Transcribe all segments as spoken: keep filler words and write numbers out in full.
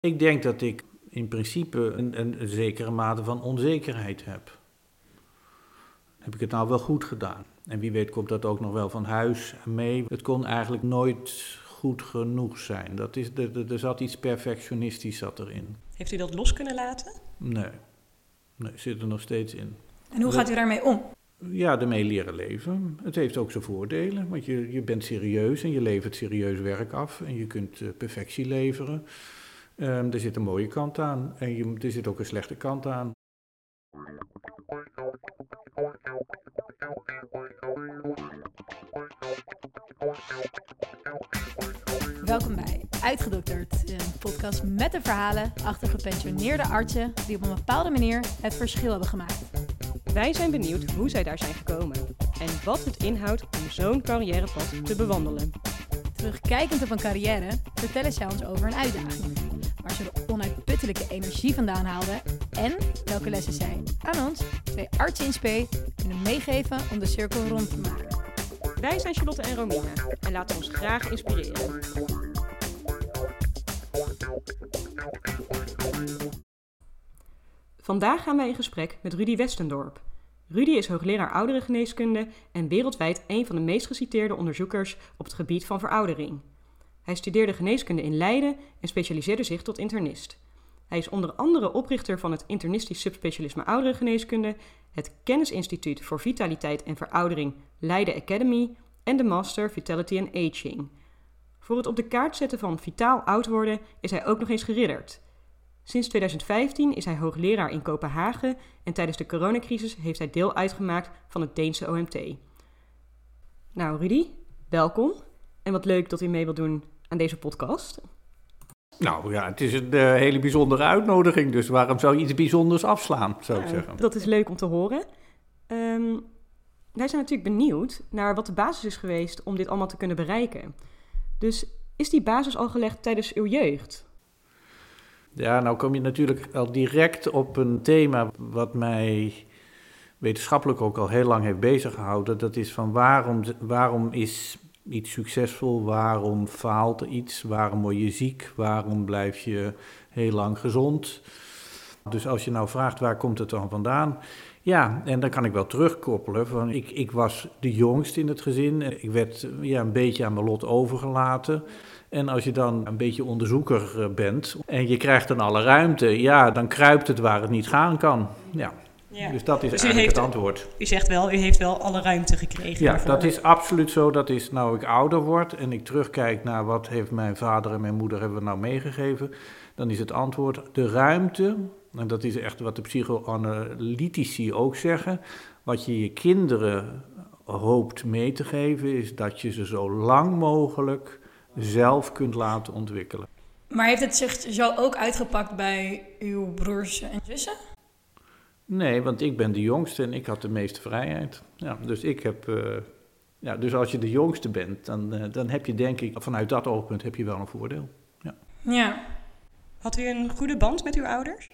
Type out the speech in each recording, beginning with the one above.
Ik denk dat ik in principe een, een, een zekere mate van onzekerheid heb. Heb ik het nou wel goed gedaan? En wie weet komt dat ook nog wel van huis mee. Het kon eigenlijk nooit goed genoeg zijn. Dat is, er, er zat iets perfectionistisch zat erin. Heeft u dat los kunnen laten? Nee, nee, zit er nog steeds in. En hoe gaat u daarmee om? Ja, ermee leren leven. Het heeft ook zijn voordelen, want je, je bent serieus en je levert serieus werk af. En je kunt uh, perfectie leveren. Um, er zit een mooie kant aan en je, er zit ook een slechte kant aan. Welkom bij Uitgedokterd, een podcast met de verhalen achter gepensioneerde artsen die op een bepaalde manier het verschil hebben gemaakt. Wij zijn benieuwd hoe zij daar zijn gekomen en wat het inhoudt om zo'n carrièrepad te bewandelen. Terugkijkend op een carrière vertellen zij ons over een uitdaging, waar ze de onuitputtelijke energie vandaan haalden en welke lessen zij aan ons, twee artsen in spe, kunnen meegeven om de cirkel rond te maken. Wij zijn Charlotte en Romina en laten ons graag inspireren. Vandaag gaan wij in gesprek met Rudy Westendorp. Rudy is hoogleraar ouderengeneeskunde en wereldwijd een van de meest geciteerde onderzoekers op het gebied van veroudering. Hij studeerde geneeskunde in Leiden en specialiseerde zich tot internist. Hij is onder andere oprichter van het internistisch subspecialisme ouderengeneeskunde, het Kennisinstituut voor Vitaliteit en Veroudering Leiden Academy en de Master Vitality and Aging. Voor het op de kaart zetten van vitaal oud worden is hij ook nog eens geridderd. Sinds tweeduizend vijftien is hij hoogleraar in Kopenhagen en tijdens de coronacrisis heeft hij deel uitgemaakt van het Deense O M T. Nou Rudy, welkom en wat leuk dat u mee wilt doen aan deze podcast. Nou ja, het is een uh, hele bijzondere uitnodiging, dus waarom zou je iets bijzonders afslaan, zou ik Nou, zeggen. Dat is leuk om te horen. Um, wij zijn natuurlijk benieuwd naar wat de basis is geweest om dit allemaal te kunnen bereiken. Dus is die basis al gelegd tijdens uw jeugd? Ja, nou kom je natuurlijk al direct op een thema wat mij wetenschappelijk ook al heel lang heeft bezig gehouden. Dat is van waarom, waarom is iets succesvol, waarom faalt er iets, waarom word je ziek, waarom blijf je heel lang gezond. Dus als je nou vraagt waar komt het dan vandaan? Ja, en dan kan ik wel terugkoppelen. Van ik, ik was de jongste in het gezin, ik werd ja, een beetje aan mijn lot overgelaten. En als je dan een beetje onderzoeker bent en je krijgt dan alle ruimte, ja, dan kruipt het waar het niet gaan kan. Ja. Ja. Dus dat is dus eigenlijk heeft, het antwoord. U zegt wel, u heeft wel alle ruimte gekregen. Ja, daarvoor. Dat is absoluut zo. Dat is nou ik ouder word en ik terugkijk naar wat heeft mijn vader en mijn moeder hebben we nou meegegeven. Dan is het antwoord de ruimte, en dat is echt wat de psychoanalytici ook zeggen. Wat je je kinderen hoopt mee te geven is dat je ze zo lang mogelijk zelf kunt laten ontwikkelen. Maar heeft het zich zo ook uitgepakt bij uw broers en zussen? Nee, want ik ben de jongste en ik had de meeste vrijheid. Ja, dus ik heb, uh, ja, dus als je de jongste bent, dan, uh, dan heb je denk ik, vanuit dat oogpunt heb je wel een voordeel. Ja. Ja. Had u een goede band met uw ouders?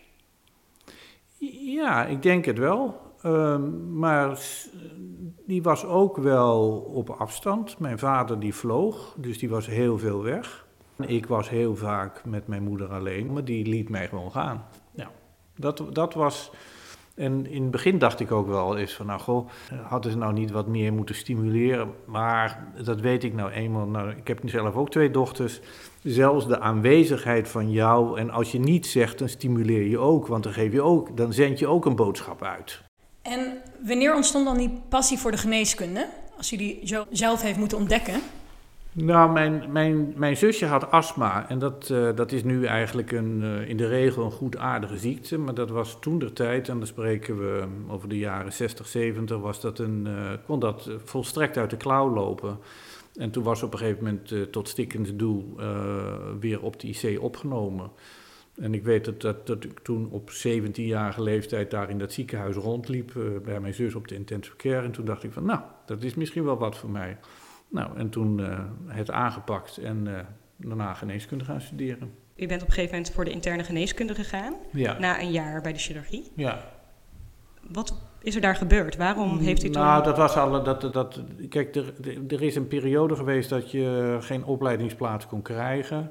Ja, ik denk het wel. Uh, maar die was ook wel op afstand. Mijn vader die vloog, dus die was heel veel weg. Ik was heel vaak met mijn moeder alleen, maar die liet mij gewoon gaan. Ja, dat, dat was... En in het begin dacht ik ook wel eens van, nou goh, hadden ze nou niet wat meer moeten stimuleren? Maar dat weet ik nou eenmaal. Nou, ik heb zelf ook twee dochters. Zelfs de aanwezigheid van jou, en als je niet zegt, dan stimuleer je ook. Want dan, geef je ook, dan zend je ook een boodschap uit. En wanneer ontstond dan die passie voor de geneeskunde? Als u die zo zelf heeft moeten ontdekken? Nou, mijn, mijn, mijn zusje had astma en dat, uh, dat is nu eigenlijk een, uh, in de regel een goedaardige ziekte. Maar dat was toen de tijd, en dan spreken we over de jaren zestig, zeventig, was dat een, uh, kon dat volstrekt uit de klauw lopen. En toen was op een gegeven moment uh, tot stikkend doel uh, weer op de I C opgenomen. En ik weet dat, dat, dat ik toen op zeventienjarige leeftijd daar in dat ziekenhuis rondliep, uh, bij mijn zus op de intensive care. En toen dacht ik van, nou, dat is misschien wel wat voor mij. Nou, en toen uh, het aangepakt en uh, daarna geneeskunde gaan studeren. U bent op een gegeven moment voor de interne geneeskunde gegaan, ja. Na een jaar bij de chirurgie. Ja. Wat is er daar gebeurd? Waarom heeft u toen... Nou, dat was al... Dat, dat, kijk, er, er is een periode geweest dat je geen opleidingsplaats kon krijgen.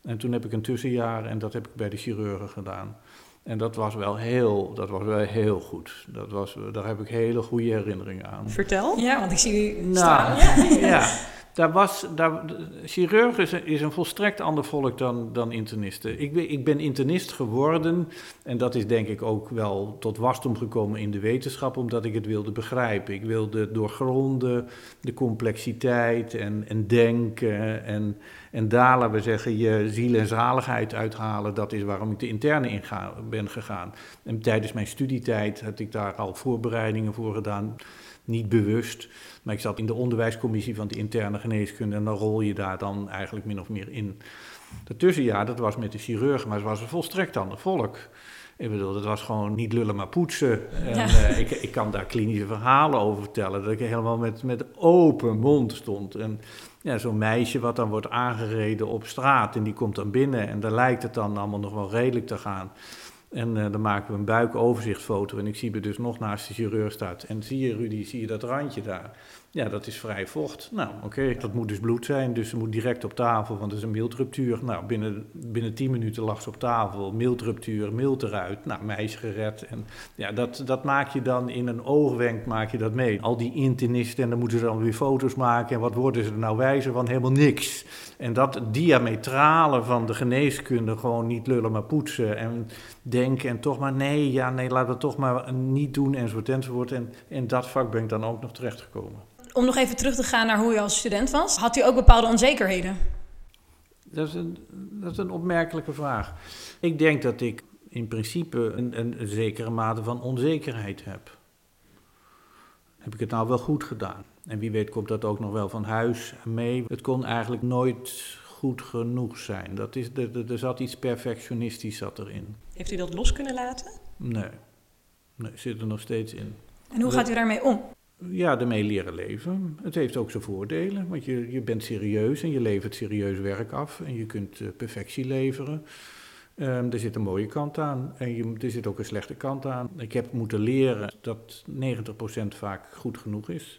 En toen heb ik een tussenjaar en dat heb ik bij de chirurgen gedaan. En dat was wel heel, dat was wel heel goed. Dat was, daar heb ik hele goede herinneringen aan. Vertel. Ja, want ik zie u Nou, staan. Ja. ja. Daar was, daar, chirurg is, is een volstrekt ander volk dan, dan internisten. Ik ben, ik ben internist geworden en dat is denk ik ook wel tot wasdom gekomen in de wetenschap, omdat ik het wilde begrijpen. Ik wilde doorgronden, de complexiteit en, en denken en, en daar, laten we zeggen, je ziel en zaligheid uithalen. Dat is waarom ik de interne in ga, ben gegaan. En tijdens mijn studietijd had ik daar al voorbereidingen voor gedaan. Niet bewust, maar ik zat in de onderwijscommissie van de interne geneeskunde en dan rol je daar dan eigenlijk min of meer in. Dat tussenjaar, dat was met de chirurgen, maar het was een volstrekt ander volk. Ik bedoel, dat was gewoon niet lullen maar poetsen. En, ja. uh, ik, ik kan daar klinische verhalen over vertellen, dat ik helemaal met, met open mond stond. En ja, zo'n meisje wat dan wordt aangereden op straat en die komt dan binnen en daar lijkt het dan allemaal nog wel redelijk te gaan. En uh, dan maken we een buikoverzichtfoto en ik zie me dus nog naast de chirurg staat. En zie je, Rudy, zie je dat randje daar? Ja, dat is vrij vocht. Nou, oké, okay, dat moet dus bloed zijn, dus ze moet direct op tafel, want het is een mildruptuur. Nou, binnen, binnen tien minuten lag ze op tafel, mildruptuur, mild eruit. Nou, meisje gered. En ja, dat, dat maak je dan in een oogwenk, maak je dat mee. Al die internisten, en dan moeten ze dan weer foto's maken. En wat worden ze er nou wijzer van? Helemaal niks. En dat diametrale van de geneeskunde, gewoon niet lullen maar poetsen en denken en toch maar nee, ja nee, laten we het toch maar niet doen enzovoort enzovoort. En in dat vak ben ik dan ook nog terechtgekomen. Om nog even terug te gaan naar hoe u als student was, had u ook bepaalde onzekerheden? Dat is een, dat is een opmerkelijke vraag. Ik denk dat ik in principe een, een, een zekere mate van onzekerheid heb. Heb ik het nou wel goed gedaan? En wie weet komt dat ook nog wel van huis mee. Het kon eigenlijk nooit goed genoeg zijn. Dat is, er, er zat iets perfectionistisch zat erin. Heeft u dat los kunnen laten? Nee, nee, zit er nog steeds in. En hoe gaat u daarmee om? Ja, ermee leren leven. Het heeft ook zijn voordelen, want je, je bent serieus en je levert serieus werk af en je kunt uh, perfectie leveren. Um, er zit een mooie kant aan en je, er zit ook een slechte kant aan. Ik heb moeten leren dat negentig procent vaak goed genoeg is.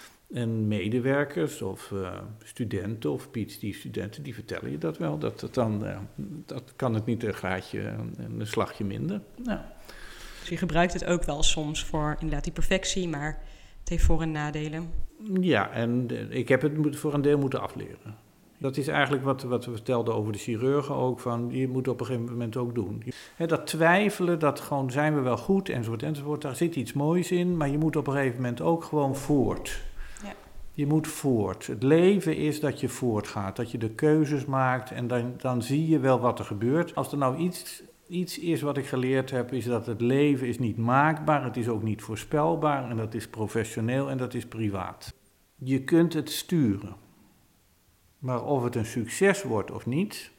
En medewerkers of uh, studenten of P H D-studenten, die vertellen je dat wel. Dat, het dan, uh, dat kan het niet een graadje, een, een slagje minder. Nou. Dus je gebruikt het ook wel soms voor inderdaad die perfectie, maar het heeft voor- en nadelen. Ja, en ik heb het voor een deel moeten afleren. Dat is eigenlijk wat, wat we vertelden over de chirurgen ook, van je moet op een gegeven moment ook doen. He, dat twijfelen, dat gewoon zijn we wel goed enzovoort enzovoort, daar zit iets moois in, maar je moet op een gegeven moment ook gewoon voort. Ja. Je moet voort. Het leven is dat je voortgaat, dat je de keuzes maakt en dan, dan zie je wel wat er gebeurt. Als er nou iets... Iets is wat ik geleerd heb, is dat het leven is niet maakbaar, het is ook niet voorspelbaar en dat is professioneel en dat is privaat. Je kunt het sturen, maar of het een succes wordt of niet,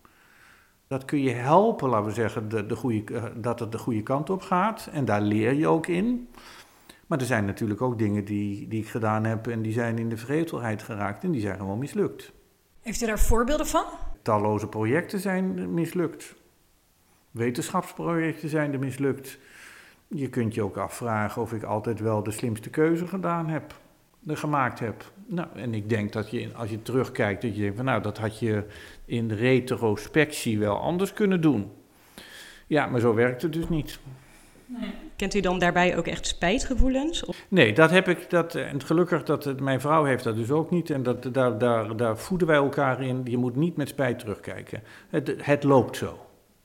dat kun je helpen, laten we zeggen, de, de goede, dat het de goede kant op gaat en daar leer je ook in. Maar er zijn natuurlijk ook dingen die, die ik gedaan heb en die zijn in de vergetelheid geraakt en die zijn gewoon mislukt. Heeft u daar voorbeelden van? Talloze projecten zijn mislukt. Wetenschapsprojecten zijn er mislukt. Je kunt je ook afvragen of ik altijd wel de slimste keuze gedaan heb, gemaakt heb. Nou, en ik denk dat je, als je terugkijkt, dat je denkt van nou, dat had je in de retrospectie wel anders kunnen doen. Ja, maar zo werkt het dus niet. Nee. Kent u dan daarbij ook echt spijtgevoelens? Of? Nee, dat heb ik, dat, en gelukkig, dat, mijn vrouw heeft dat dus ook niet. En dat, daar, daar, daar voeden wij elkaar in. Je moet niet met spijt terugkijken. Het, het loopt zo.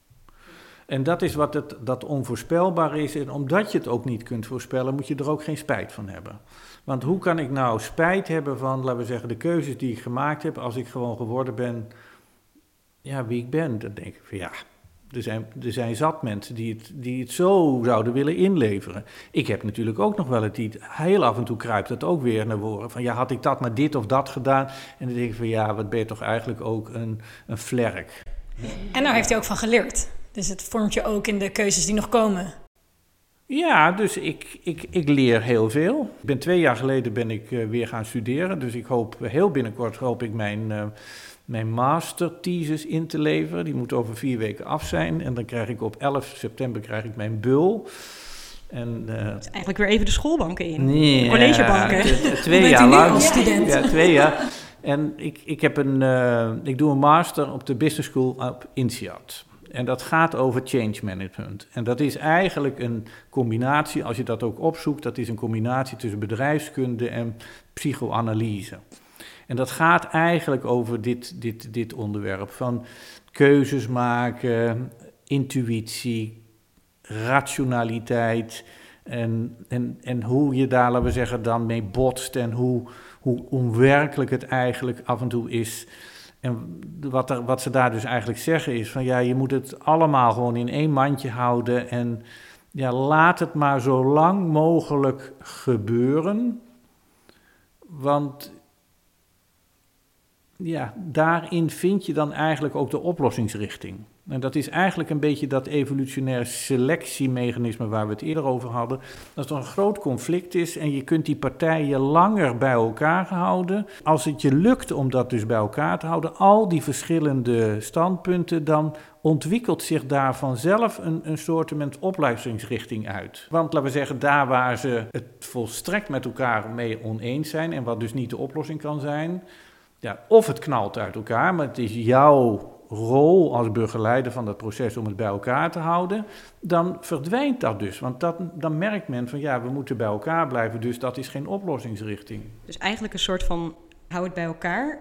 En dat is wat het, dat onvoorspelbaar is. En omdat je het ook niet kunt voorspellen, moet je er ook geen spijt van hebben. Want hoe kan ik nou spijt hebben van, laten we zeggen, de keuzes die ik gemaakt heb, als ik gewoon geworden ben, ja, wie ik ben? Dan denk ik van ja, er zijn, er zijn zat mensen die het, die het zo zouden willen inleveren. Ik heb natuurlijk ook nog wel het iets, heel af en toe kruipt het ook weer naar voren. Van ja, had ik dat maar dit of dat gedaan? En dan denk ik van ja, wat ben je toch eigenlijk ook een, een vlerk. En nou heeft hij ook van geleerd. Dus het vormt je ook in de keuzes die nog komen. Ja, dus ik, ik, ik leer heel veel. Ik ben twee jaar geleden ben ik uh, weer gaan studeren. Dus ik hoop heel binnenkort hoop ik mijn, uh, mijn masterthesis in te leveren. Die moet over vier weken af zijn. En dan krijg ik op elf september krijg ik mijn bul. En, uh, dus eigenlijk weer even de schoolbanken in. Nee, de collegebanken. Uh, t- twee jaar lang. Student. Ja, twee jaar. En ik, ik, heb een, uh, ik doe een master op de Business School op INSEAD. En dat gaat over change management. En dat is eigenlijk een combinatie, als je dat ook opzoekt, dat is een combinatie tussen bedrijfskunde en psychoanalyse. En dat gaat eigenlijk over dit, dit, dit onderwerp van keuzes maken, intuïtie, rationaliteit en, en, en hoe je daar, laten we zeggen, dan mee botst en hoe, hoe onwerkelijk het eigenlijk af en toe is. En wat, er, wat ze daar dus eigenlijk zeggen is van ja, je moet het allemaal gewoon in één mandje houden en ja, laat het maar zo lang mogelijk gebeuren, want ja, daarin vind je dan eigenlijk ook de oplossingsrichting. En dat is eigenlijk een beetje dat evolutionair selectiemechanisme waar we het eerder over hadden. Dat er een groot conflict is en je kunt die partijen langer bij elkaar houden. Als het je lukt om dat dus bij elkaar te houden, al die verschillende standpunten, dan ontwikkelt zich daar vanzelf een, een soort oplossingsrichting uit. Want laten we zeggen, daar waar ze het volstrekt met elkaar mee oneens zijn en wat dus niet de oplossing kan zijn, ja, of het knalt uit elkaar, maar het is jouw rol als begeleider van dat proces om het bij elkaar te houden, dan verdwijnt dat dus. Want dat, dan merkt men van ja, we moeten bij elkaar blijven, dus dat is geen oplossingsrichting. Dus eigenlijk een soort van hou het bij elkaar,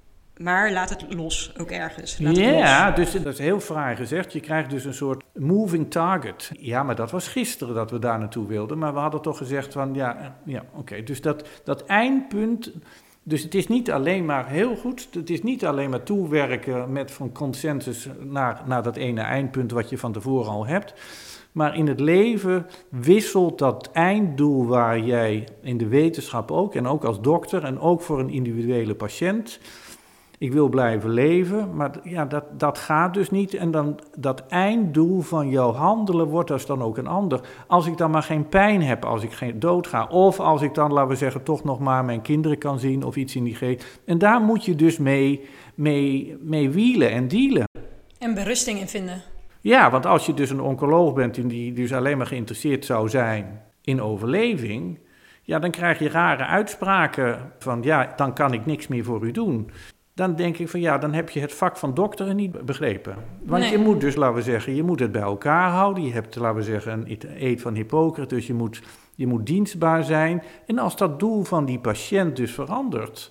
maar laat het los ook ergens. Laat ja, het los. Dus dat is heel fraai gezegd. Je krijgt dus een soort moving target. Ja, maar dat was gisteren dat we daar naartoe wilden, maar we hadden toch gezegd van ja, ja oké. Okay. Dus dat, dat eindpunt. Dus het is niet alleen maar heel goed, het is niet alleen maar toewerken met van consensus naar, naar dat ene eindpunt wat je van tevoren al hebt. Maar in het leven wisselt dat einddoel waar jij in de wetenschap ook, en ook als dokter en ook voor een individuele patiënt, ik wil blijven leven, maar ja, dat, dat gaat dus niet. En dan dat einddoel van jouw handelen wordt dus dan ook een ander. Als ik dan maar geen pijn heb, als ik geen dood ga, of als ik dan, laten we zeggen, toch nog maar mijn kinderen kan zien of iets in die geest. En daar moet je dus mee, mee, mee wielen en dealen. En berusting in vinden. Ja, want als je dus een oncoloog bent en die dus alleen maar geïnteresseerd zou zijn in overleving, ja, dan krijg je rare uitspraken van ja, dan kan ik niks meer voor u doen. Dan denk ik van ja, dan heb je het vak van dokteren niet begrepen. Want nee. Je moet dus, laten we zeggen, je moet het bij elkaar houden. Je hebt, laten we zeggen, een eed van Hippocrates, dus je moet, je moet dienstbaar zijn. En als dat doel van die patiënt dus verandert,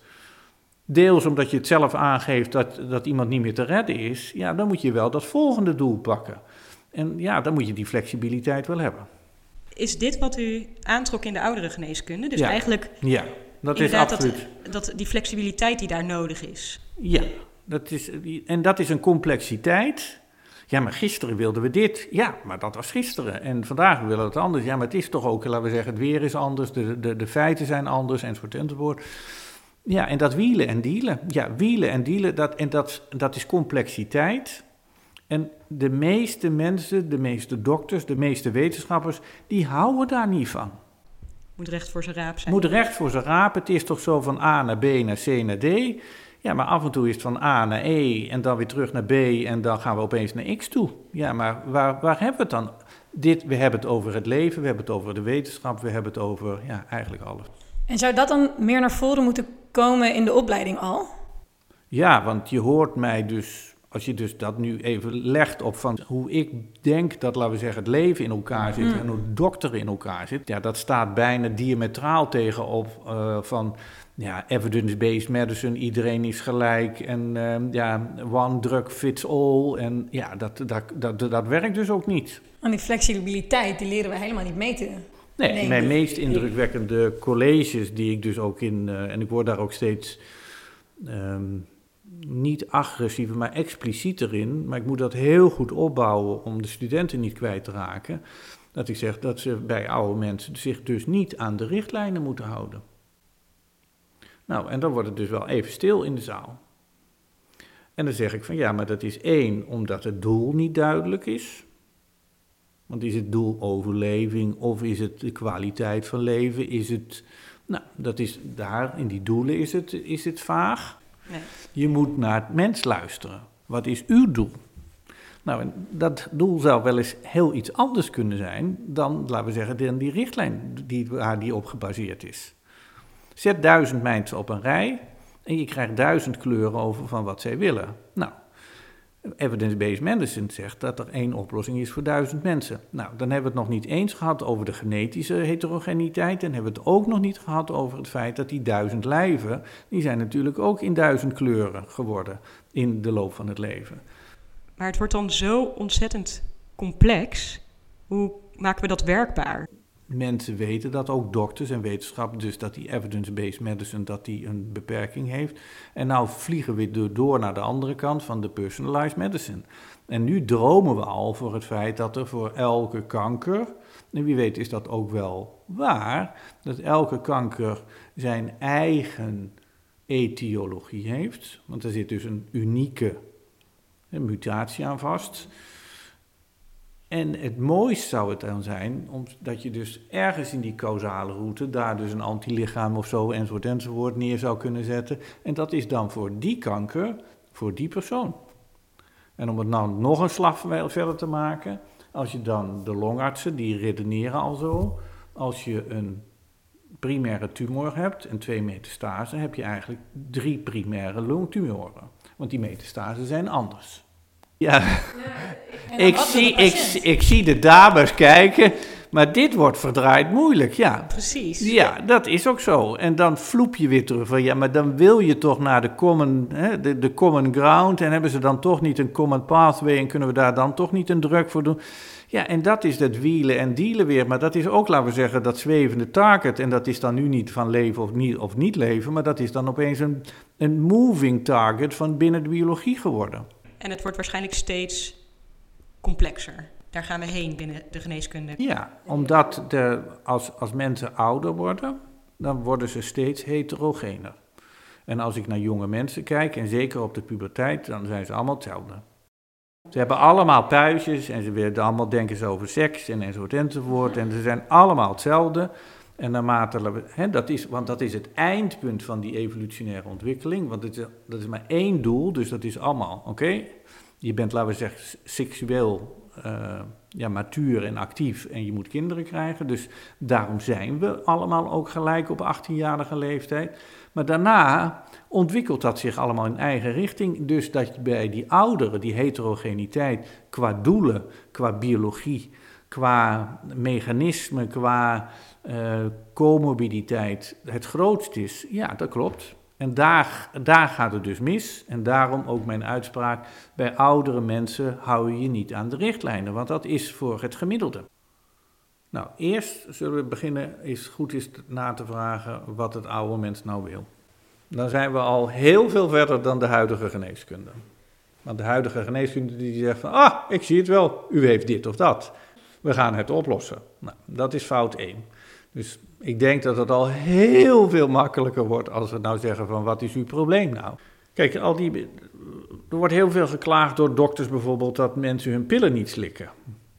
deels omdat je het zelf aangeeft dat, dat iemand niet meer te redden is, ja, dan moet je wel dat volgende doel pakken. En ja, dan moet je die flexibiliteit wel hebben. Is dit wat u aantrok in de ouderengeneeskunde? Dus ja. eigenlijk... Ja. Dat is absoluut. Dat, dat die flexibiliteit die daar nodig is. Ja, dat is, en dat is een complexiteit. Ja, maar gisteren wilden we dit. Ja, maar dat was gisteren. En vandaag willen we het anders. Ja, maar het is toch ook, laten we zeggen, het weer is anders, de, de, de feiten zijn anders, enzovoort, enzovoort. Ja, en dat wielen en dealen. Ja, wielen en dealen, dat, en dat, dat is complexiteit. En de meeste mensen, de meeste dokters, de meeste wetenschappers, die houden daar niet van. Moet recht voor zijn raap zijn. Moet recht voor zijn raap. Het is toch zo van A naar B naar C naar D. Ja, maar af en toe is het van A naar E en dan weer terug naar B en dan gaan we opeens naar X toe. Ja, maar waar, waar hebben we het dan? Dit, we hebben het over het leven, we hebben het over de wetenschap, we hebben het over ja, eigenlijk alles. En zou dat dan meer naar voren moeten komen in de opleiding al? Ja, want je hoort mij dus, als je dus dat nu even legt op van hoe ik denk dat, laten we zeggen, het leven in elkaar zit mm. en hoe dokteren in elkaar zit. Ja, dat staat bijna diametraal tegenop uh, van ja, evidence-based medicine, iedereen is gelijk en uh, ja, one drug fits all. En ja, dat, dat, dat, dat, dat werkt dus ook niet. En die flexibiliteit, die leren we helemaal niet meten. Nee, nee, mijn meest indrukwekkende colleges die ik dus ook in, uh, en ik word daar ook steeds um, niet agressiever, maar explicieter in, maar ik moet dat heel goed opbouwen om de studenten niet kwijt te raken, dat ik zeg dat ze bij oude mensen zich dus niet aan de richtlijnen moeten houden. Nou, en dan wordt het dus wel even stil in de zaal. En dan zeg ik van ja, maar dat is één, omdat het doel niet duidelijk is. Want is het doel overleving of is het de kwaliteit van leven? Is het, nou, dat is daar, in die doelen is het, is het vaag. Nee. Je moet naar het mens luisteren. Wat is uw doel? Nou, en dat doel zou wel eens heel iets anders kunnen zijn dan, laten we zeggen, dan die richtlijn die, waar die op gebaseerd is. Zet duizend mensen op een rij En je krijgt duizend kleuren over van wat zij willen. Nou, evidence-based medicine zegt dat er één oplossing is voor duizend mensen. Nou, dan hebben we het nog niet eens gehad over de genetische heterogeniteit. En hebben we het ook nog niet gehad over het feit dat die duizend lijven, die zijn natuurlijk ook in duizend kleuren geworden in de loop van het leven. Maar het wordt dan zo ontzettend complex. Hoe maken we dat werkbaar? Mensen weten dat, ook dokters en wetenschap, dus dat die evidence-based medicine dat die een beperking heeft. En nou vliegen we door naar de andere kant van de personalized medicine. En nu dromen we al voor het feit dat er voor elke kanker, en wie weet is dat ook wel waar, dat elke kanker zijn eigen etiologie heeft. Want er zit dus een unieke een mutatie aan vast. En het mooiste zou het dan zijn, omdat je dus ergens in die causale route daar dus een antilichaam of zo enzovoort enzovoort neer zou kunnen zetten. En dat is dan voor die kanker, voor die persoon. En om het nou nog een slag verder te maken, als je dan de longartsen, die redeneren al zo, als je een primaire tumor hebt en twee metastasen, heb je eigenlijk drie primaire longtumoren. Want die metastasen zijn anders. Ja, ja ik, zie, ik, ik zie de dames kijken, maar dit wordt verdraaid moeilijk, ja. Precies. Ja, dat is ook zo. En dan vloep je weer terug van, ja, maar dan wil je toch naar de common, hè, de, de common ground en hebben ze dan toch niet een common pathway en kunnen we daar dan toch niet een druk voor doen? Ja, en dat is dat wielen en dealen weer, maar dat is ook, laten we zeggen, dat zwevende target. En dat is dan nu niet van leven of niet, of niet leven, maar dat is dan opeens een, een moving target van binnen de biologie geworden. En het wordt waarschijnlijk steeds complexer. Daar gaan we heen binnen de geneeskunde. Ja, omdat de, als, als mensen ouder worden, dan worden ze steeds heterogener. En als ik naar jonge mensen kijk, en zeker op de puberteit, dan zijn ze allemaal hetzelfde. Ze hebben allemaal puistjes en ze willen allemaal denken ze over seks en enzovoort enzovoort. En ze zijn allemaal hetzelfde. En naarmate, hè, dat is, want dat is het eindpunt van die evolutionaire ontwikkeling. Want het is, dat is maar één doel, dus dat is allemaal, oké? Okay? Je bent, laten we zeggen, seksueel uh, ja, matuur en actief en je moet kinderen krijgen. Dus daarom zijn we allemaal ook gelijk op achttienjarige leeftijd. Maar daarna ontwikkelt dat zich allemaal in eigen richting. Dus dat je bij die ouderen, die heterogeniteit qua doelen, qua biologie, qua mechanisme, qua uh, comorbiditeit het grootst is. Ja, dat klopt. En daar, daar gaat het dus mis. En daarom ook mijn uitspraak, bij oudere mensen hou je je niet aan de richtlijnen. Want dat is voor het gemiddelde. Nou, eerst zullen we beginnen, is goed is na te vragen wat het oude mens nou wil. Dan zijn we al heel veel verder dan de huidige geneeskunde. Want de huidige geneeskunde die zegt van, ah, ik zie het wel, u heeft dit of dat. We gaan het oplossen. Nou, dat is fout één. Dus ik denk dat het al heel veel makkelijker wordt als we nou zeggen van, wat is uw probleem nou? Kijk, al die, er wordt heel veel geklaagd door dokters bijvoorbeeld dat mensen hun pillen niet slikken.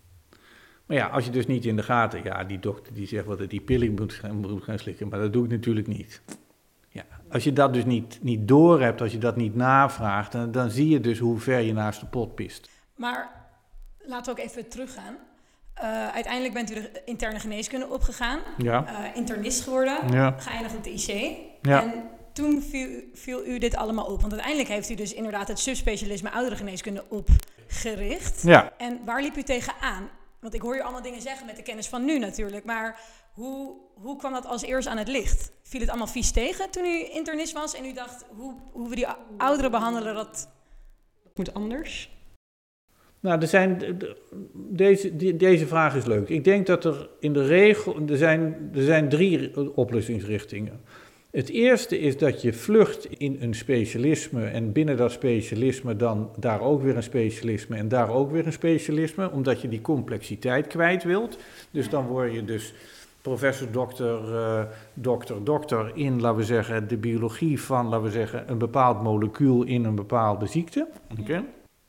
Maar ja, als je dus niet in de gaten, ja, die dokter die zegt wel dat die pillen moet, moet gaan slikken, maar dat doe ik natuurlijk niet. Ja, als je dat dus niet, niet doorhebt, als je dat niet navraagt, dan, dan zie je dus hoe ver je naast de pot pist. Maar laten we ook even teruggaan. Uh, uiteindelijk bent u de interne geneeskunde opgegaan, ja. uh, internist geworden, ja. geëindigd op de I C. Ja. En toen viel, viel u dit allemaal op, want uiteindelijk heeft u dus inderdaad het subspecialisme ouderengeneeskunde opgericht. Ja. En waar liep u tegenaan? Want ik hoor je allemaal dingen zeggen met de kennis van nu natuurlijk, maar hoe, hoe kwam dat als eerst aan het licht? Viel het allemaal vies tegen toen u internist was en u dacht, hoe, hoe we die ouderen behandelen, dat moet anders? Nou, er zijn, deze, deze vraag is leuk. Ik denk dat er in de regel, er zijn, er zijn drie oplossingsrichtingen. Het eerste is dat je vlucht in een specialisme en binnen dat specialisme dan daar ook weer een specialisme en daar ook weer een specialisme, omdat je die complexiteit kwijt wilt. Dus dan word je dus professor, dokter, uh, dokter, dokter in, laten we zeggen, de biologie van, laten we zeggen, een bepaald molecuul in een bepaalde ziekte. Okay.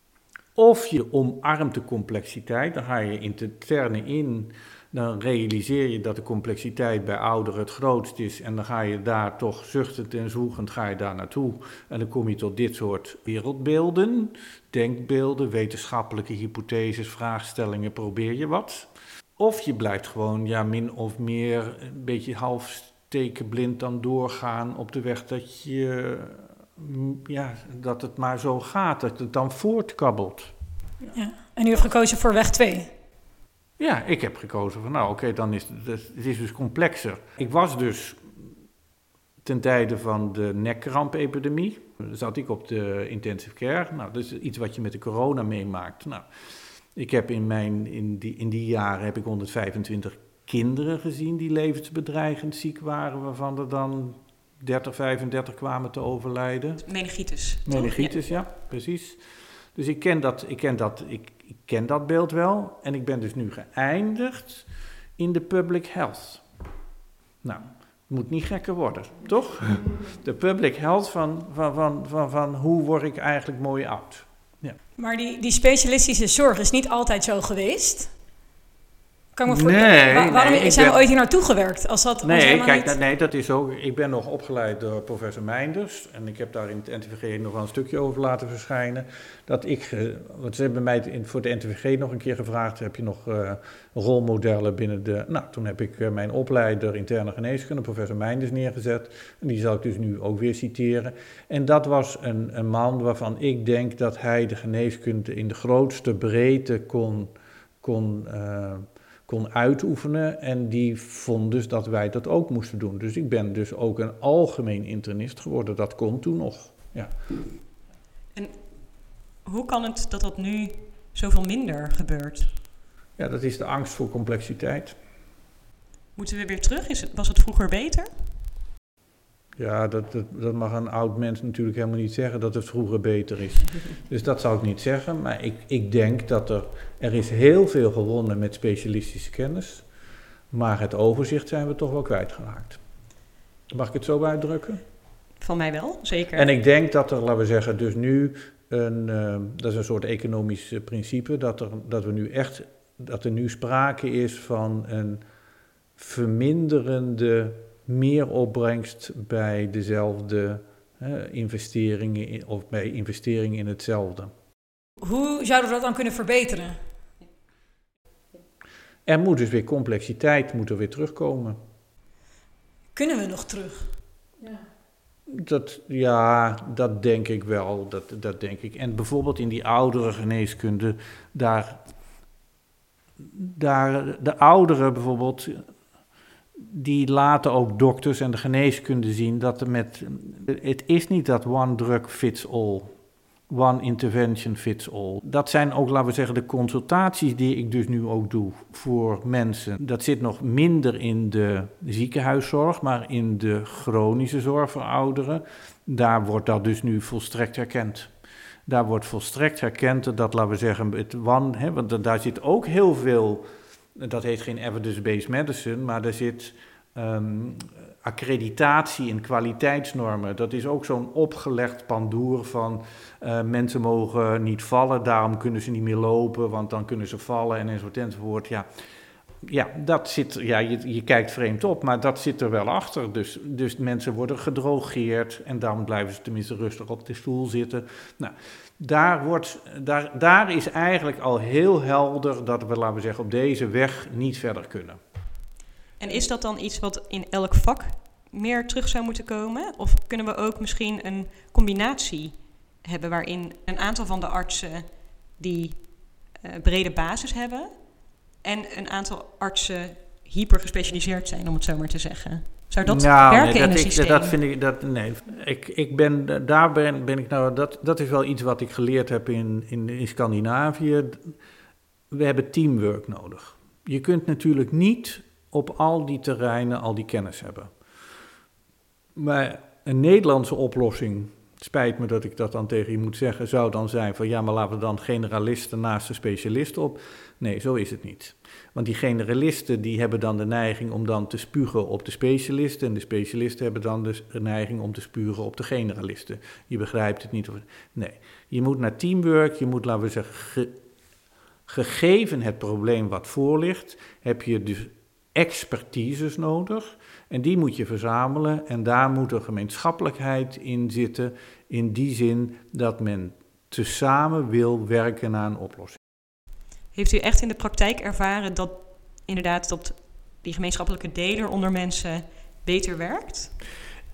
Of je omarmt de complexiteit, dan ga je interne in, dan realiseer je dat de complexiteit bij ouderen het grootst is en dan ga je daar toch zuchtend en zwoegend ga je daar naartoe en dan kom je tot dit soort wereldbeelden, denkbeelden, wetenschappelijke hypotheses, vraagstellingen, probeer je wat. Of je blijft gewoon ja, min of meer een beetje half stekenblind dan doorgaan op de weg dat je ja, dat het maar zo gaat, dat het dan voortkabbelt. Ja. En u heeft gekozen voor weg twee? Ja, ik heb gekozen van, nou oké, okay, dan is het, het is dus complexer. Ik was dus ten tijde van de nekkrampepidemie, zat ik op de intensive care. Nou, dat is iets wat je met de corona meemaakt. Nou, ik heb in, mijn, in, die, in die jaren heb ik honderdvijfentwintig kinderen gezien die levensbedreigend ziek waren, waarvan er dan dertig, vijfendertig kwamen te overlijden. Meningitis. Meningitis, ja. ja, precies. Dus ik ken dat, ik ken dat, ik, ik ken dat beeld wel. En ik ben dus nu geëindigd in de public health. Nou, het moet niet gekker worden, toch? De public health van, van, van, van, van hoe word ik eigenlijk mooi oud. Ja. Maar die, die specialistische zorg is niet altijd zo geweest? Kan ik me voor... Nee, Wa- waarom nee, zijn ben... we ooit hier naartoe gewerkt? Als dat nee, kijk, niet... nee, dat is ook... Ik ben nog opgeleid door professor Meinders. En ik heb daar in het N T V G nog wel een stukje over laten verschijnen. Dat ik... Want ze hebben mij in, voor de N T V G nog een keer gevraagd... Heb je nog uh, rolmodellen binnen de... Nou, toen heb ik uh, mijn opleider interne geneeskunde, professor Meinders, neergezet. En die zal ik dus nu ook weer citeren. En dat was een, een man waarvan ik denk dat hij de geneeskunde in de grootste breedte kon... kon uh, kon uitoefenen en die vond dus dat wij dat ook moesten doen. Dus ik ben dus ook een algemeen internist geworden. Dat kon toen nog, ja. En hoe kan het dat dat nu zoveel minder gebeurt? Ja, dat is de angst voor complexiteit. Moeten we weer terug? Is het, was het vroeger beter? Ja, dat, dat, dat mag een oud mens natuurlijk helemaal niet zeggen, dat het vroeger beter is. Dus dat zou ik niet zeggen, maar ik, ik denk dat er... Er is heel veel gewonnen met specialistische kennis, maar het overzicht zijn we toch wel kwijtgeraakt. Mag ik het zo uitdrukken? Van mij wel, zeker. En ik denk dat er, laten we zeggen, dus nu... Een, uh, dat is een soort economisch uh, principe, dat er, dat we nu echt... Dat er nu sprake is van een verminderende... meer opbrengst bij dezelfde uh, investeringen in, of bij investeringen in hetzelfde. Hoe zouden we dat dan kunnen verbeteren? Er moet dus weer complexiteit moet er weer terugkomen. Kunnen we nog terug? Ja, dat, ja, dat denk ik wel. Dat, dat denk ik. En bijvoorbeeld in die oudere geneeskunde, daar, daar de ouderen bijvoorbeeld... Die laten ook dokters en de geneeskunde zien dat er met... Het is niet dat one drug fits all, one intervention fits all. Dat zijn ook, laten we zeggen, de consultaties die ik dus nu ook doe voor mensen. Dat zit nog minder in de ziekenhuiszorg, maar in de chronische zorg voor ouderen. Daar wordt dat dus nu volstrekt herkend. Daar wordt volstrekt herkend dat, laten we zeggen, het one... Hè, want daar zit ook heel veel... Dat heet geen evidence-based medicine, maar er zit um, accreditatie en kwaliteitsnormen. Dat is ook zo'n opgelegd pandoer van uh, mensen mogen niet vallen, daarom kunnen ze niet meer lopen, want dan kunnen ze vallen en enzovoort enzovoort. Ja, ja, dat zit, ja je, je kijkt vreemd op, maar dat zit er wel achter. Dus, dus mensen worden gedrogeerd en daarom blijven ze tenminste rustig op de stoel zitten. Nou, daar, wordt, daar, daar is eigenlijk al heel helder dat we, laten we zeggen, op deze weg niet verder kunnen. En is dat dan iets wat in elk vak meer terug zou moeten komen? Of kunnen we ook misschien een combinatie hebben waarin een aantal van de artsen die uh, brede basis hebben en een aantal artsen hyper gespecialiseerd zijn, om het zo maar te zeggen? Zou dat nou, werken nee, dat in een ik, systeem? Dat vind ik, dat, nee, ik, ik ben, daar ben, ben ik nou, dat, dat is wel iets wat ik geleerd heb in, in, in Scandinavië. We hebben teamwork nodig. Je kunt natuurlijk niet op al die terreinen al die kennis hebben. Maar een Nederlandse oplossing, het spijt me dat ik dat dan tegen je moet zeggen, zou dan zijn van ja, maar laten we dan generalisten naast de specialisten op. Nee, zo is het niet. Want die generalisten die hebben dan de neiging om dan te spugen op de specialisten en de specialisten hebben dan de neiging om te spugen op de generalisten. Je begrijpt het niet. Of, nee, je moet naar teamwork, je moet, laten we zeggen, ge, gegeven het probleem wat voor ligt, heb je dus expertises nodig en die moet je verzamelen en daar moet er gemeenschappelijkheid in zitten, in die zin dat men tezamen wil werken naar een oplossing. Heeft u echt in de praktijk ervaren dat inderdaad dat die gemeenschappelijke deler onder mensen beter werkt?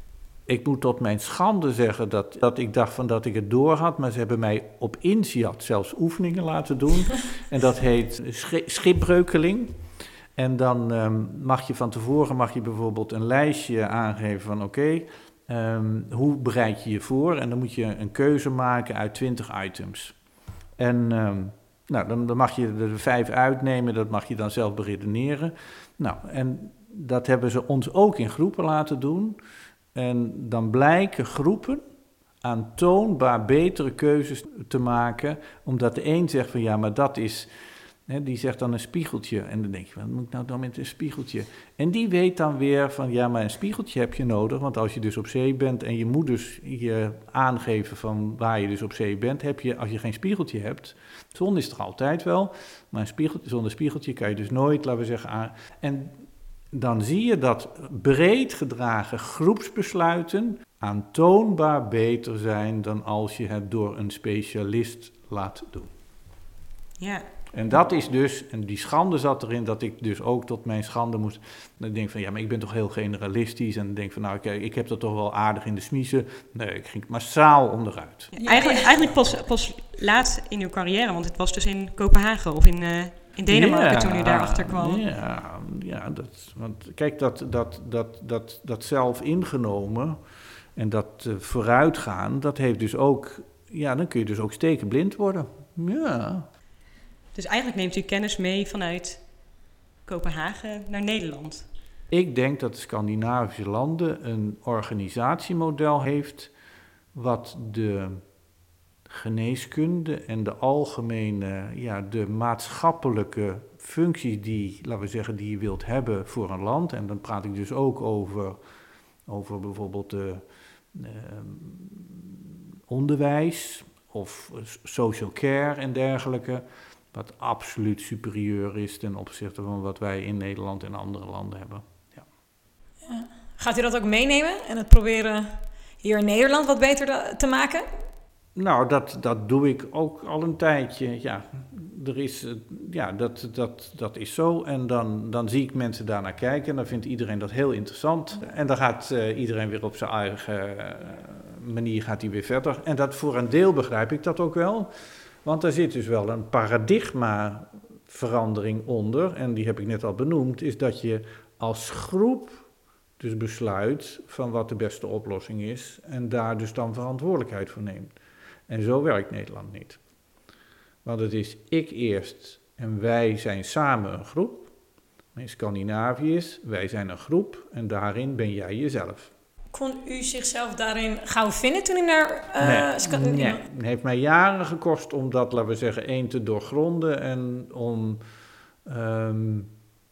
Ik moet tot mijn schande zeggen dat, dat ik dacht van dat ik het door had, maar ze hebben mij op INSEAD zelfs oefeningen laten doen. En dat heet schi- schipbreukeling. En dan um, mag je van tevoren mag je bijvoorbeeld een lijstje aangeven van oké, okay, um, hoe bereid je je voor? En dan moet je een keuze maken uit twintig items. En um, nou, dan, dan mag je er vijf uitnemen, dat mag je dan zelf beredeneren. Nou, en dat hebben ze ons ook in groepen laten doen. En dan blijken groepen aantoonbaar betere keuzes te maken, omdat de een zegt van ja, maar dat is, hè, die zegt dan een spiegeltje. En dan denk je, wat moet ik nou dan met een spiegeltje? En die weet dan weer van ja, maar een spiegeltje heb je nodig, want als je dus op zee bent en je moet dus je aangeven van waar je dus op zee bent, heb je, als je geen spiegeltje hebt, zon is er altijd wel, maar een spiegeltje, zonder spiegeltje kan je dus nooit, laten we zeggen, aan. En dan zie je dat breed gedragen groepsbesluiten aantoonbaar beter zijn dan als je het door een specialist laat doen. Ja. En dat is dus, en die schande zat erin, dat ik dus ook tot mijn schande moest. Dan denk ik van, ja, maar ik ben toch heel generalistisch. En dan denk ik van, nou, kijk, ik heb dat toch wel aardig in de smiezen. Nee, ik ging massaal onderuit. Ja, eigenlijk eigenlijk pas, pas laat in uw carrière, want het was dus in Kopenhagen of in... Uh... In Denemarken ja, toen u daarachter kwam. Ja, ja dat, want kijk, dat, dat, dat, dat, dat zelf ingenomen en dat uh, vooruitgaan, dat heeft dus ook, ja, dan kun je dus ook stekenblind worden. Ja. Dus eigenlijk neemt u kennis mee vanuit Kopenhagen naar Nederland? Ik denk dat de Scandinavische landen een organisatiemodel heeft wat de geneeskunde en de algemene, ja, de maatschappelijke functies die, laten we zeggen, die je wilt hebben voor een land. En dan praat ik dus ook over, over bijvoorbeeld de, uh, onderwijs of social care en dergelijke, wat absoluut superieur is ten opzichte van wat wij in Nederland en andere landen hebben. Ja. Ja. Gaat u dat ook meenemen en het proberen hier in Nederland wat beter te maken? Nou, dat, dat doe ik ook al een tijdje. Ja, er is, ja dat, dat, dat is zo. En dan, dan zie ik mensen daarnaar kijken en dan vindt iedereen dat heel interessant. En dan gaat uh, iedereen weer op zijn eigen uh, manier gaat hij weer verder. En dat voor een deel begrijp ik dat ook wel. Want er zit dus wel een paradigmaverandering onder. En die heb ik net al benoemd. Is dat je als groep dus besluit van wat de beste oplossing is. En daar dus dan verantwoordelijkheid voor neemt. En zo werkt Nederland niet. Want het is ik eerst en wij zijn samen een groep. In Scandinavië is wij zijn een groep en daarin ben jij jezelf. Kon u zichzelf daarin gauw vinden toen u naar uh, nee, Scandinavië? Nee, het heeft mij jaren gekost om dat, laten we zeggen, één te doorgronden. En, om, um,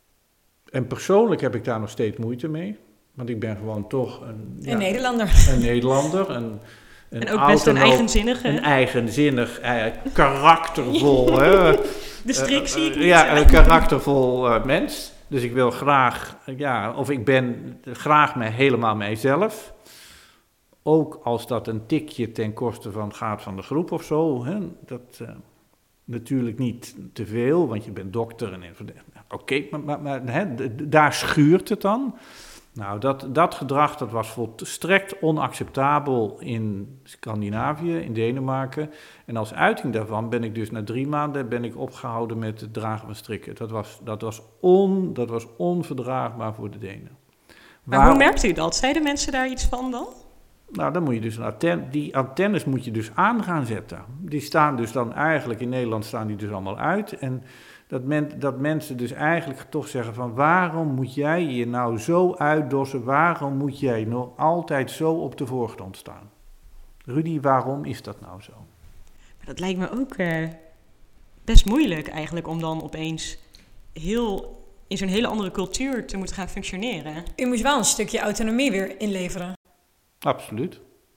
en persoonlijk heb ik daar nog steeds moeite mee. Want ik ben gewoon toch een, ja, een Nederlander. Een Nederlander, een... Een en ook best een eigenzinnige. Een eigenzinnig, eh, karaktervol. Hè? De strik zie ik niet. Ja, een karaktervol uh, mens. Dus ik wil graag, ja, of ik ben graag mij, helemaal mijzelf. Ook als dat een tikje ten koste van gaat van de groep of zo. Hè? Dat uh, natuurlijk niet te veel, want je bent dokter. En oké, okay, maar, maar, maar hè, d- daar schuurt het dan. Nou, dat, dat gedrag dat was volstrekt onacceptabel in Scandinavië, in Denemarken. En als uiting daarvan ben ik dus na drie maanden ben ik opgehouden met het dragen van strikken. Dat was, dat was, on, dat was onverdraagbaar voor de Denen. Maar Waar, hoe merkt u dat? Zeiden mensen daar iets van dan? Nou, dan moet je dus een anten- die antennes moet je dus aan gaan zetten. Die staan dus dan eigenlijk, in Nederland staan die dus allemaal uit. En dat, men, dat mensen dus eigenlijk toch zeggen van waarom moet jij je nou zo uitdossen? Waarom moet jij nog altijd zo op de voorgrond staan? Rudy, waarom is dat nou zo? Dat lijkt me ook uh, best moeilijk eigenlijk om dan opeens heel in zo'n hele andere cultuur te moeten gaan functioneren. U moet wel een stukje autonomie weer inleveren. Absoluut.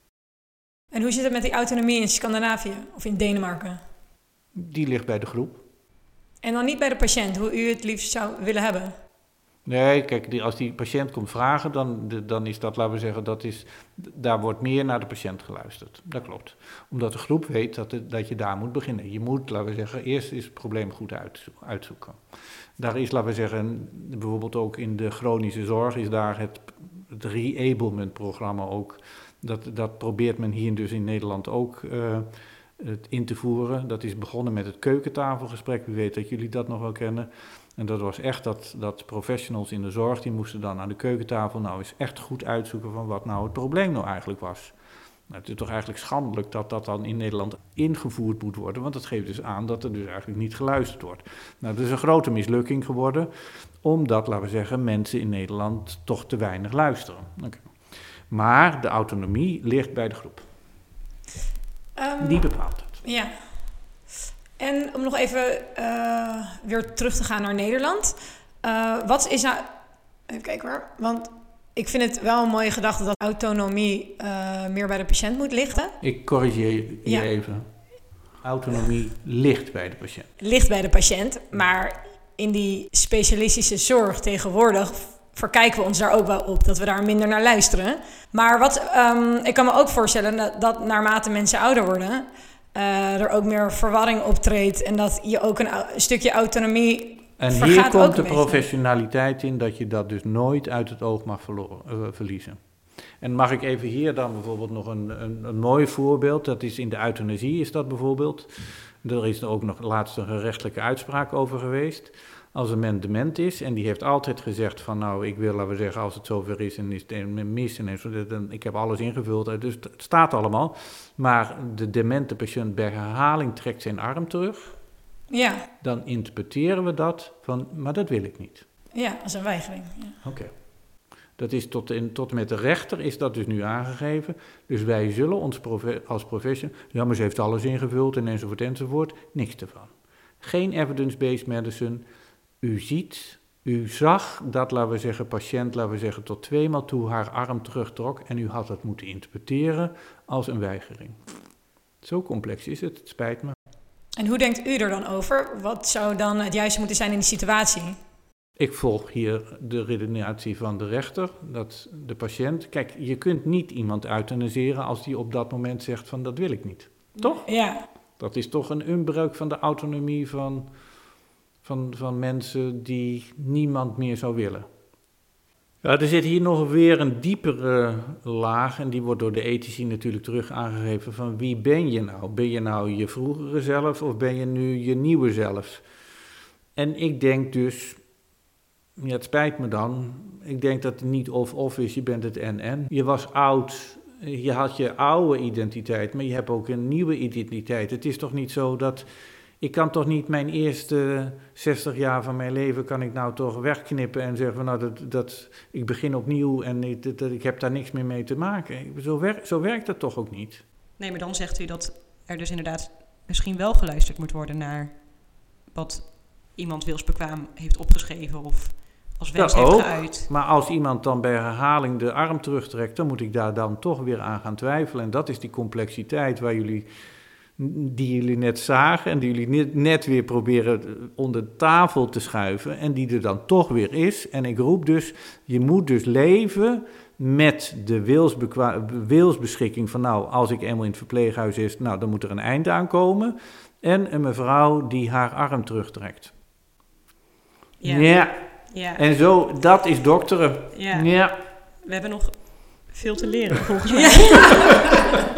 En hoe zit het met die autonomie in Scandinavië of in Denemarken? Die ligt bij de groep. En dan niet bij de patiënt, hoe u het liefst zou willen hebben? Nee, kijk, die, als die patiënt komt vragen, dan, de, dan is dat, laten we zeggen, dat is, daar wordt meer naar de patiënt geluisterd. Dat klopt. Omdat de groep weet dat, het, dat je daar moet beginnen. Je moet, laten we zeggen, eerst is het probleem goed uitzoeken. uitzoeken. Daar is, laten we zeggen, bijvoorbeeld ook in de chronische zorg is daar het, het re-ablement programma ook. Dat, dat probeert men hier dus in Nederland ook uh, het in te voeren. Dat is begonnen met het keukentafelgesprek. U weet dat jullie dat nog wel kennen. En dat was echt dat, dat professionals in de zorg, die moesten dan aan de keukentafel nou eens echt goed uitzoeken van wat nou het probleem nou eigenlijk was. Nou, het is toch eigenlijk schandelijk dat dat dan in Nederland ingevoerd moet worden, want dat geeft dus aan dat er dus eigenlijk niet geluisterd wordt. Nou, dat is een grote mislukking geworden, omdat, laten we zeggen, mensen in Nederland toch te weinig luisteren. Okay. Maar de autonomie ligt bij de groep. Um, Die bepaalt het. Ja. En om nog even uh, weer terug te gaan naar Nederland. Uh, wat is nou... Even kijken hoor. Want ik vind het wel een mooie gedachte dat autonomie uh, meer bij de patiënt moet liggen. Ik corrigeer je ja. even. Autonomie ligt bij de patiënt. Ligt bij de patiënt, maar in die specialistische zorg tegenwoordig verkijken we ons daar ook wel op, dat we daar minder naar luisteren. Maar wat, um, ik kan me ook voorstellen dat, dat naarmate mensen ouder worden, Uh, er ook meer verwarring optreedt en dat je ook een, een stukje autonomie en hier komt de professionaliteit in dat je dat dus nooit uit het oog mag verloren, uh, verliezen. En mag ik even hier dan bijvoorbeeld nog een, een, een mooi voorbeeld, dat is in de euthanasie is dat bijvoorbeeld. Er is er ook nog laatst een gerechtelijke uitspraak over geweest. Als een mens dement is en die heeft altijd gezegd van nou, ik wil, laten we zeggen, als het zover is en is het mis en zo, dan, ik heb alles ingevuld, dus het staat allemaal. Maar de demente patiënt bij herhaling trekt zijn arm terug. Ja. Dan interpreteren we dat van, maar dat wil ik niet. Ja, als een weigering. Ja. Oké. Okay. Dat is tot, in, tot en met de rechter is dat dus nu aangegeven. Dus wij zullen ons profe, als professional, ja, maar ze heeft alles ingevuld en enzovoort enzovoort, niks ervan. Geen evidence-based medicine. U ziet, u zag dat, laten we zeggen, patiënt, laten we zeggen, tot tweemaal toe haar arm terugtrok en u had dat moeten interpreteren als een weigering. Zo complex is het, het spijt me. En hoe denkt u er dan over? Wat zou dan het juiste moeten zijn in die situatie? Ik volg hier de redenatie van de rechter, dat de patiënt... Kijk, je kunt niet iemand euthanaseren als die op dat moment zegt van dat wil ik niet. Toch? Ja. Dat is toch een inbreuk van de autonomie van... Van, van mensen die niemand meer zou willen. Ja, er zit hier nog weer een diepere laag en die wordt door de ethici natuurlijk terug aangegeven van wie ben je nou? Ben je nou je vroegere zelf of ben je nu je nieuwe zelf? En ik denk dus, ja, het spijt me dan, ik denk dat het niet of-of is, je bent het en-en. Je was oud, je had je oude identiteit, maar je hebt ook een nieuwe identiteit. Het is toch niet zo dat... Ik kan toch niet mijn eerste zestig jaar van mijn leven, kan ik nou toch wegknippen en zeggen van nou, dat, dat, ik begin opnieuw en ik, dat, dat, ik heb daar niks meer mee te maken. Zo, wer, zo werkt dat toch ook niet? Nee, maar dan zegt u dat er dus inderdaad misschien wel geluisterd moet worden naar wat iemand wilsbekwaam heeft opgeschreven of als wens ja, heeft ook, geuit. Maar als iemand dan bij herhaling de arm terugtrekt, dan moet ik daar dan toch weer aan gaan twijfelen. En dat is die complexiteit waar jullie... die jullie net zagen en die jullie net, net weer proberen onder tafel te schuiven en die er dan toch weer is. En ik roep dus, je moet dus leven met de wilsbekwa- wilsbeschikking van nou, als ik eenmaal in het verpleeghuis is, nou, dan moet er een eind aan komen. En een mevrouw die haar arm terugtrekt. Ja. ja. ja. En zo, dat is dokteren. Ja. ja. We hebben nog veel te leren, volgens mij. Ja.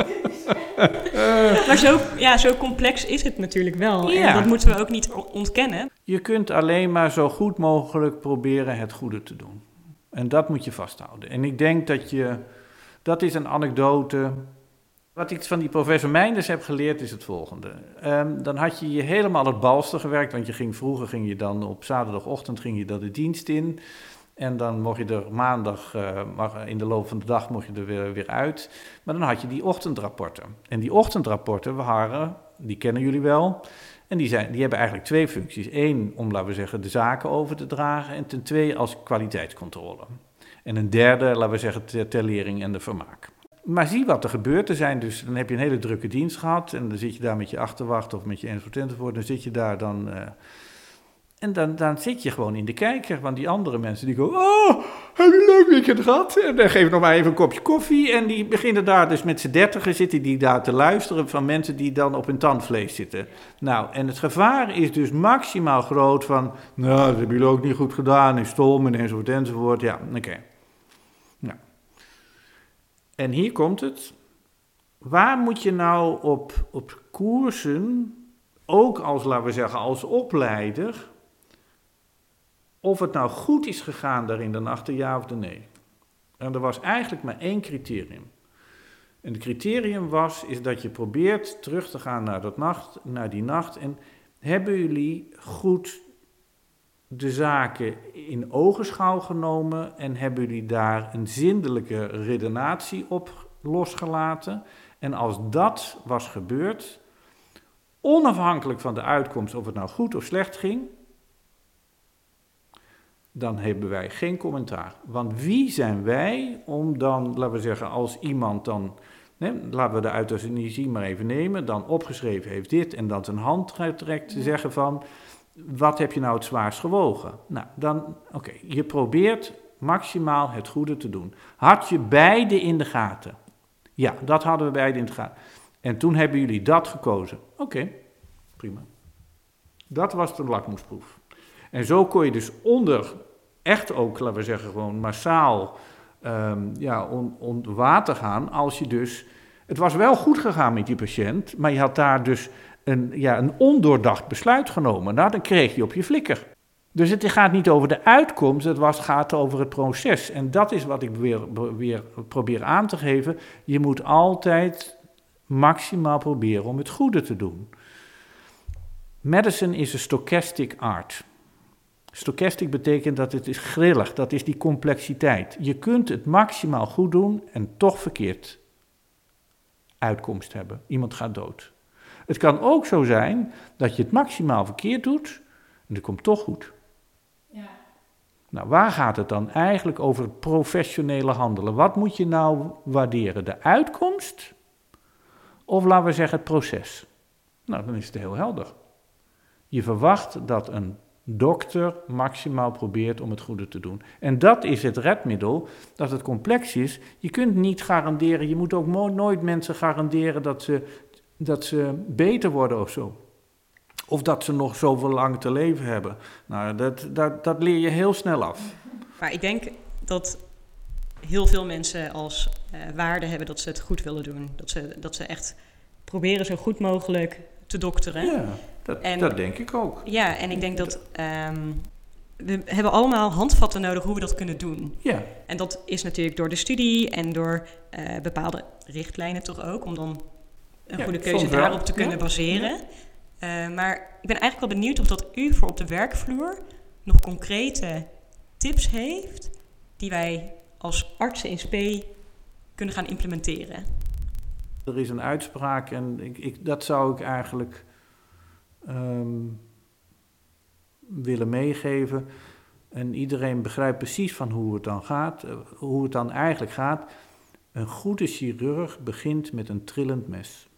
Maar zo, ja, zo complex is het natuurlijk wel. Ja. En dat moeten we ook niet ontkennen. Je kunt alleen maar zo goed mogelijk proberen het goede te doen. En dat moet je vasthouden. En ik denk dat je... Dat is een anekdote. Wat ik van die professor Meinders heb geleerd is het volgende. Um, dan had je je helemaal het balster gewerkt. Want je ging, vroeger ging je dan op zaterdagochtend ging je dan de dienst in... En dan mocht je er maandag, uh, in de loop van de dag mocht je er weer, weer uit. Maar dan had je die ochtendrapporten. En die ochtendrapporten waren, die kennen jullie wel. En die, zijn, die hebben eigenlijk twee functies. Eén, om, laten we zeggen, de zaken over te dragen. En ten tweede als kwaliteitscontrole. En een derde, laten we zeggen, ter, ter lering en de vermaak. Maar zie wat er gebeurt. Er zijn dus, dan heb je een hele drukke dienst gehad. En dan zit je daar met je achterwacht of met je enzovoort enzovoort. Dan zit je daar dan... Uh, En dan, dan zit je gewoon in de kijker, want die andere mensen die go, oh, heb je een leuk weekend gehad? En dan geef ik nog maar even een kopje koffie. En die beginnen daar dus met z'n dertigen, zitten die daar te luisteren van mensen die dan op hun tandvlees zitten. Nou, en het gevaar is dus maximaal groot van, nou, dat hebben jullie ook niet goed gedaan, en stom en enzovoort enzovoort. Ja, oké. Okay. Nou. En hier komt het. Waar moet je nou op, op koersen, ook als, laten we zeggen, als opleider, of het nou goed is gegaan daar in de nacht, ja of de nee. En er was eigenlijk maar één criterium. En het criterium was, is dat je probeert terug te gaan naar, dat nacht, naar die nacht. En hebben jullie goed de zaken in ogenschouw genomen en hebben jullie daar een zindelijke redenatie op losgelaten? En als dat was gebeurd, onafhankelijk van de uitkomst of het nou goed of slecht ging, dan hebben wij geen commentaar. Want wie zijn wij om dan, laten we zeggen, als iemand dan, nee, laten we de euthanasie maar even nemen, dan opgeschreven heeft dit en dan zijn hand trekt te zeggen van, wat heb je nou het zwaarst gewogen? Nou, dan, oké, okay, je probeert maximaal het goede te doen. Had je beide in de gaten? Ja, dat hadden we beide in de gaten. En toen hebben jullie dat gekozen. Oké, okay, prima. Dat was de lakmoesproef. En zo kon je dus onder, echt ook, laten we zeggen, gewoon massaal um, ja, on, onder water gaan. Als je dus, het was wel goed gegaan met die patiënt, maar je had daar dus een, ja, een ondoordacht besluit genomen. Nou, dan kreeg je op je flikker. Dus het gaat niet over de uitkomst, het was, gaat over het proces. En dat is wat ik weer, weer probeer aan te geven. Je moet altijd maximaal proberen om het goede te doen. Medicine is a stochastic art. Stochastic betekent dat het is grillig, dat is die complexiteit. Je kunt het maximaal goed doen en toch verkeerd uitkomst hebben. Iemand gaat dood. Het kan ook zo zijn dat je het maximaal verkeerd doet en het komt toch goed. Ja. Nou, waar gaat het dan eigenlijk over het professionele handelen? Wat moet je nou waarderen? De uitkomst of laten we zeggen het proces? Nou, dan is het heel helder. Je verwacht dat een dokter maximaal probeert om het goede te doen. En dat is het redmiddel, dat het complex is. Je kunt niet garanderen, je moet ook nooit mensen garanderen dat ze, dat ze beter worden of zo. Of dat ze nog zoveel lang te leven hebben. Nou, dat, dat, dat leer je heel snel af. Maar ik denk dat heel veel mensen als uh, waarde hebben dat ze het goed willen doen. Dat ze, dat ze echt proberen zo goed mogelijk te dokteren. Ja, dat, en, dat denk ik ook. Ja, en ik denk dat um, we hebben allemaal handvatten nodig hoe we dat kunnen doen. Ja. En dat is natuurlijk door de studie en door uh, bepaalde richtlijnen toch ook, om dan een ja, goede keuze daarop te kunnen ja. baseren. Ja. Uh, maar ik ben eigenlijk wel benieuwd of dat u voor op de werkvloer nog concrete tips heeft die wij als artsen in spe kunnen gaan implementeren. Er is een uitspraak en ik, ik, dat zou ik eigenlijk um, willen meegeven. En iedereen begrijpt precies van hoe het dan gaat, uh, hoe het dan eigenlijk gaat. Een goede chirurg begint met een trillend mes.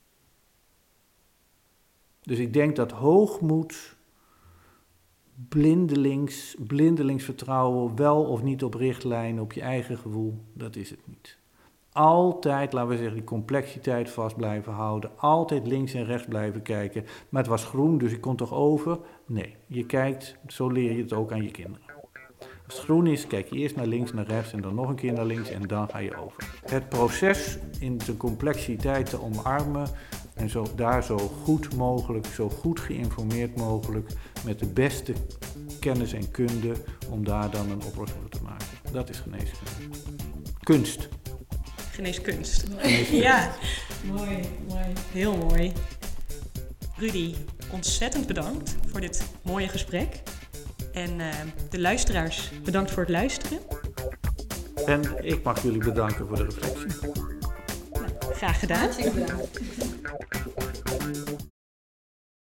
Dus ik denk dat hoogmoed, blindelings, blindelings vertrouwen, wel of niet op richtlijnen, op je eigen gevoel, dat is het niet. Altijd, laten we zeggen, die complexiteit vast blijven houden. Altijd links en rechts blijven kijken. Maar het was groen, dus ik kon toch over? Nee, je kijkt, zo leer je het ook aan je kinderen. Als het groen is, kijk je eerst naar links, naar rechts en dan nog een keer naar links en dan ga je over. Het proces in de complexiteit te omarmen en zo, daar zo goed mogelijk, zo goed geïnformeerd mogelijk, met de beste kennis en kunde, om daar dan een oplossing voor te maken. Dat is geneeskunde. Kunst. Geneeskunst. Geneeskunst. Ja, mooi, mooi. Heel mooi. Rudy, ontzettend bedankt voor dit mooie gesprek. En uh, de luisteraars, bedankt voor het luisteren. En ik mag jullie bedanken voor de reflectie. Nou, graag gedaan.